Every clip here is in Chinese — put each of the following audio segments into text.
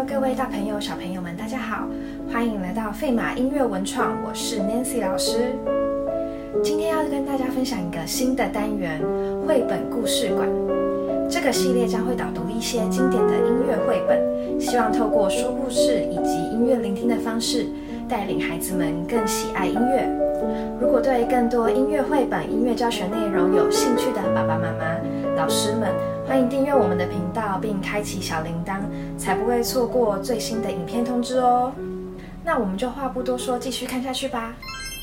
各位大朋友、小朋友们，大家好，欢迎来到费马音乐文创，我是 Nancy 老师。今天要跟大家分享一个新的单元——绘本故事馆。这个系列将会导读一些经典的音乐绘本，希望透过说故事以及音乐聆听的方式，带领孩子们更喜爱音乐。如果对更多音乐绘本、音乐教学内容有兴趣的爸爸妈妈、老师们，欢迎订阅我们的频道，并开启小铃铛，才不会错过最新的影片通知哦。那我们就话不多说，继续看下去吧。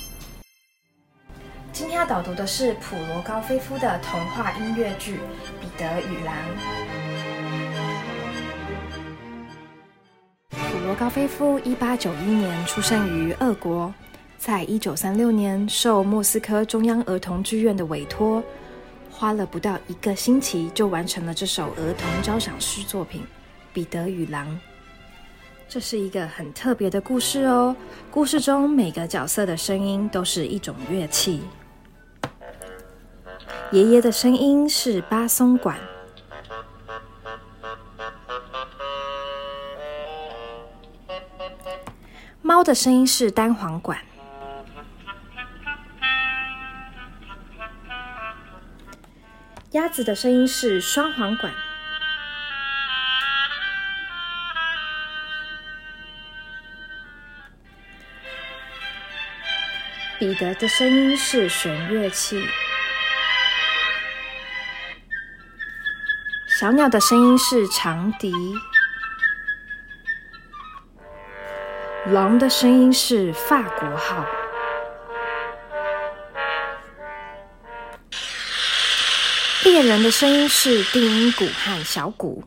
今天要导读的是普罗高菲夫的童话音乐剧《彼得与狼》。普罗高菲夫1891年出生于俄国，在1936年受莫斯科中央儿童剧院的委托，花了不到1个星期就完成了这首儿童交响诗作品《彼得与狼》。这是一个很特别的故事哦，故事中每个角色的声音都是一种乐器。爷爷的声音是巴松管，猫的声音是单簧管，鸭子的声音是双簧管，彼得的声音是弦乐器，小鸟的声音是长笛，狼的声音是法国号，猎人的声音是定音鼓和小鼓。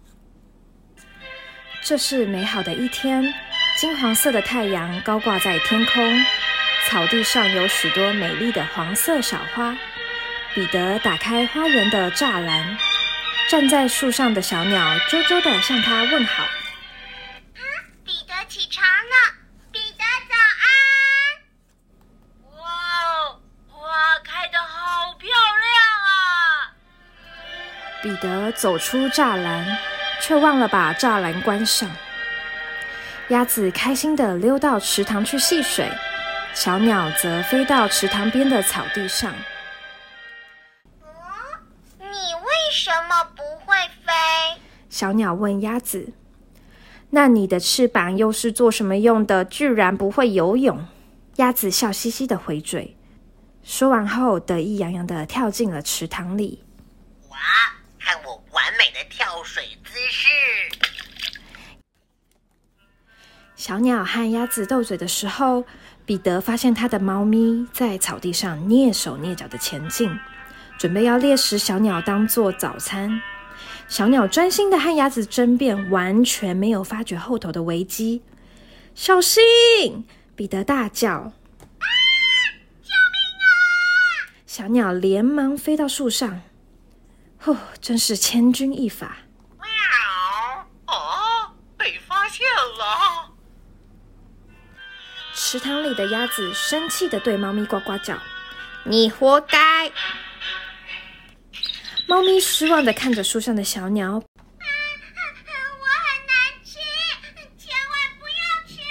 这是美好的一天，金黄色的太阳高挂在天空，草地上有许多美丽的黄色小花。彼得打开花园的栅栏，站在树上的小鸟啾啾地向他问好。 彼得起床了，彼得早安！ 哇，花开得好漂亮啊！ 彼得走出栅栏，却忘了把栅栏关上。鸭子开心地溜到池塘去戏水，小鸟则飞到池塘边的草地上。 你为什么不会飞？ 小鸟问鸭子。那你的翅膀又是做什么用的？居然不会游泳？鸭子笑嘻嘻地回嘴，说完后得意洋洋地跳进了池塘里。 哇，看我完美的跳水姿势！ 小鸟和鸭子斗嘴的时候，彼得发现他的猫咪在草地上蹑手蹑脚地前进，准备要猎食小鸟当做早餐。小鸟专心地和鸭子争辩，完全没有发觉后头的危机。小心！彼得大叫。 救命啊！ 小鸟连忙飞到树上。真是千钧一发。 喵！被发现了！ 池塘里的鸭子生气地对猫咪呱呱叫：“你活该！”猫咪失望地看着树上的小鸟。 我很难吃，千万不要吃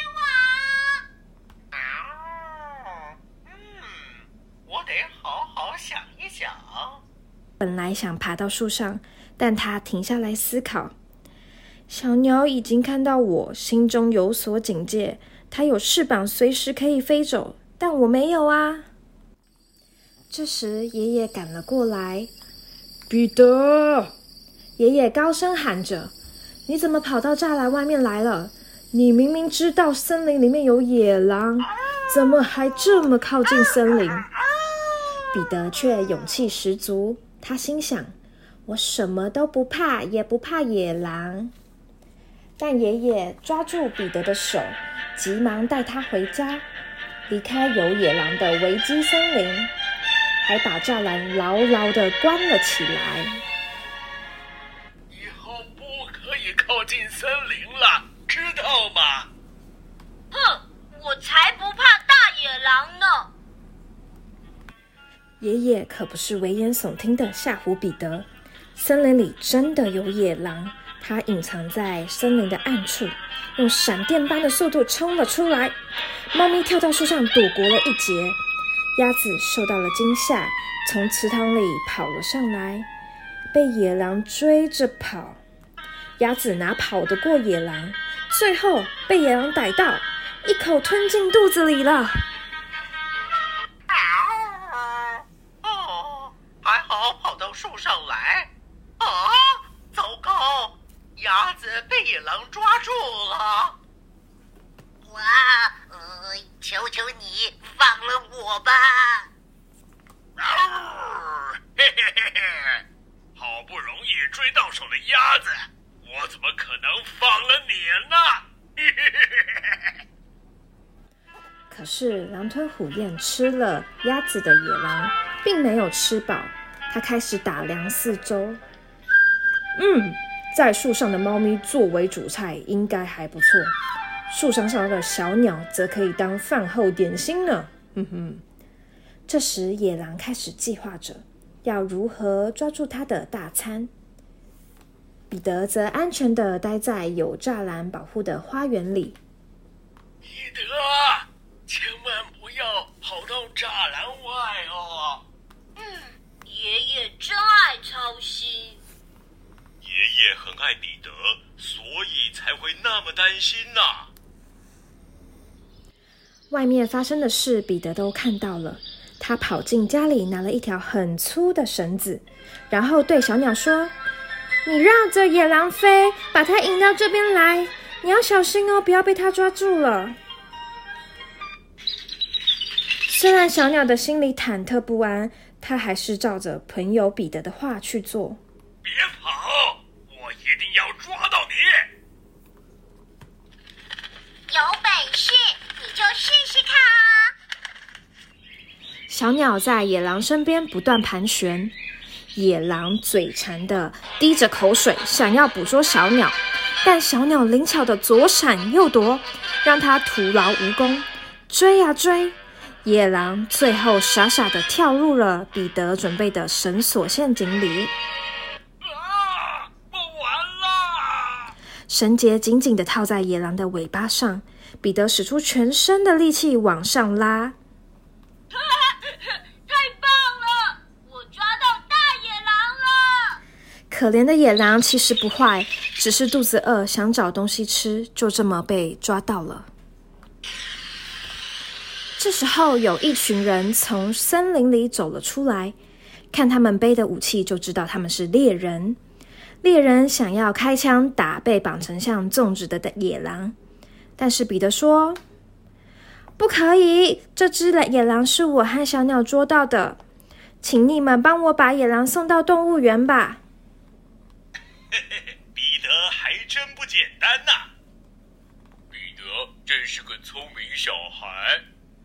我！ 我得好好想一想。 本来想爬到树上，但他停下来思考。小鸟已经看到我，心中有所警戒。它有翅膀，随时可以飞走，但我没有啊。这时，爷爷赶了过来。彼得！爷爷高声喊着：“你怎么跑到栅栏外面来了？你明明知道森林里面有野狼，怎么还这么靠近森林？”彼得却勇气十足，他心想：“我什么都不怕，也不怕野狼。”但爷爷抓住彼得的手，急忙带他回家，离开有野狼的危机森林，还把栅栏牢牢地关了起来。 以后不可以靠近森林了，知道吗？ 哼，我才不怕大野狼呢！ 爷爷可不是危言耸听的吓唬彼得，森林里真的有野狼， 它隐藏在森林的暗处，用闪电般的速度冲了出来。猫咪跳到树上躲过了一劫，鸭子受到了惊吓，从池塘里跑了上来，被野狼追着跑。鸭子哪跑得过野狼？最后被野狼逮到，一口吞进肚子里了。 还好跑到树上来。糟糕，鸭子被野狼抓住了。 哇，求求你放了我吧！ 嘿嘿嘿嘿，好不容易追到手的鸭子，我怎么可能放了你呢？嘿嘿嘿嘿。 可是狼吞虎咽吃了鸭子的野狼并没有吃饱，他开始打量四周。在树上的猫咪作为主菜应该还不错，树上的小鸟则可以当饭后点心呢。这时野狼开始计划着要如何抓住他的大餐。彼得则安全地待在有栅栏保护的花园里。 彼得，千万不要跑到栅栏外哦。 爷爷真爱操心。 爷爷很爱彼得，所以才会那么担心呐。 外面发生的事彼得都看到了，他跑进家里拿了一条很粗的绳子，然后对小鸟说：你绕着野狼飞，把它引到这边来，你要小心哦，不要被它抓住了。虽然小鸟的心里忐忑不安，它还是照着朋友彼得的话去做。 别跑，我一定要抓到你。 有本事你就试试看啊！ 小鸟在野狼身边不断盘旋，野狼嘴馋的滴着口水，想要捕捉小鸟，但小鸟灵巧的左闪右躲，让它徒劳无功。追啊追，野狼最后傻傻的跳入了彼得准备的绳索陷阱里。 我完了！ 绳结紧紧的套在野狼的尾巴上，彼得使出全身的力气往上拉。 太棒了，我抓到大野狼了！ 可怜的野狼其实不坏，只是肚子饿，想找东西吃，就这么被抓到了。这时候有一群人从森林里走了出来，看他们背的武器就知道他们是猎人。猎人想要开枪打被绑成像粽子的野狼，但是彼得说：不可以，这只野狼是我和小鸟捉到的，请你们帮我把野狼送到动物园吧。 彼得还真不简单呐！彼得真是个聪明小孩。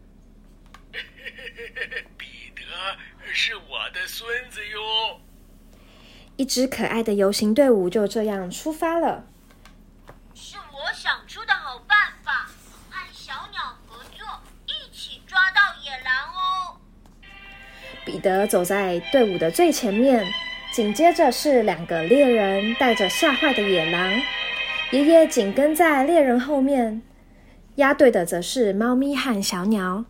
彼得是我的孙子哟。 一支可爱的游行队伍就这样出发了。 是我想出的好办法，和小鸟合作，一起抓到野狼哦。 彼得走在队伍的最前面，紧接着是2个猎人带着吓坏的野狼，爷爷紧跟在猎人后面，押队的则是猫咪和小鸟。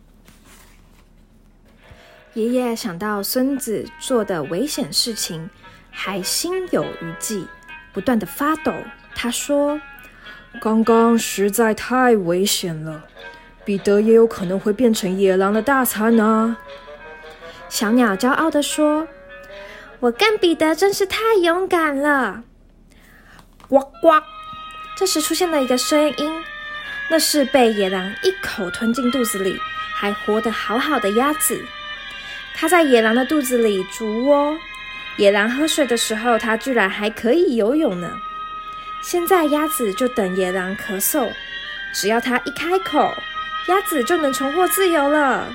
爷爷想到孙子做的危险事情，还心有余悸，不断的发抖。他说：刚刚实在太危险了，彼得也有可能会变成野狼的大餐呢。小鸟骄傲地说：我跟彼得真是太勇敢了。呱呱！这时出现了一个声音，那是被野狼一口吞进肚子里还活得好好的鸭子。它在野狼的肚子里筑窝，野狼喝水的时候，它居然还可以游泳呢。现在鸭子就等野狼咳嗽，只要它一开口，鸭子就能重获自由了。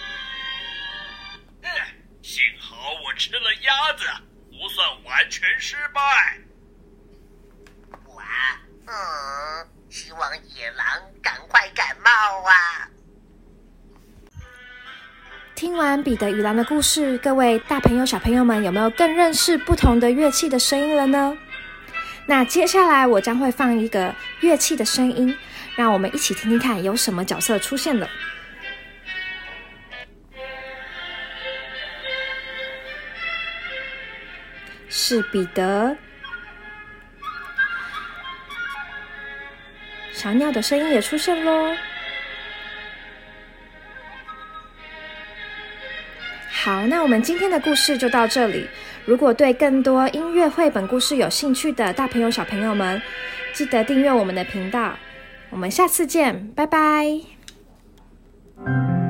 幸好我吃了鸭子，不算完全失败。 哇，希望野狼赶快感冒啊！ 听完彼得与狼的故事，各位大朋友小朋友们有没有更认识不同的乐器的声音了呢？ 那接下来我将会放一个乐器的声音，让我们一起听听看有什么角色出现了。是彼得。小鸟的声音也出现咯。好，那我们今天的故事就到这里。如果对更多音乐绘本故事有兴趣的大朋友小朋友们，记得订阅我们的频道。我们下次见，拜拜。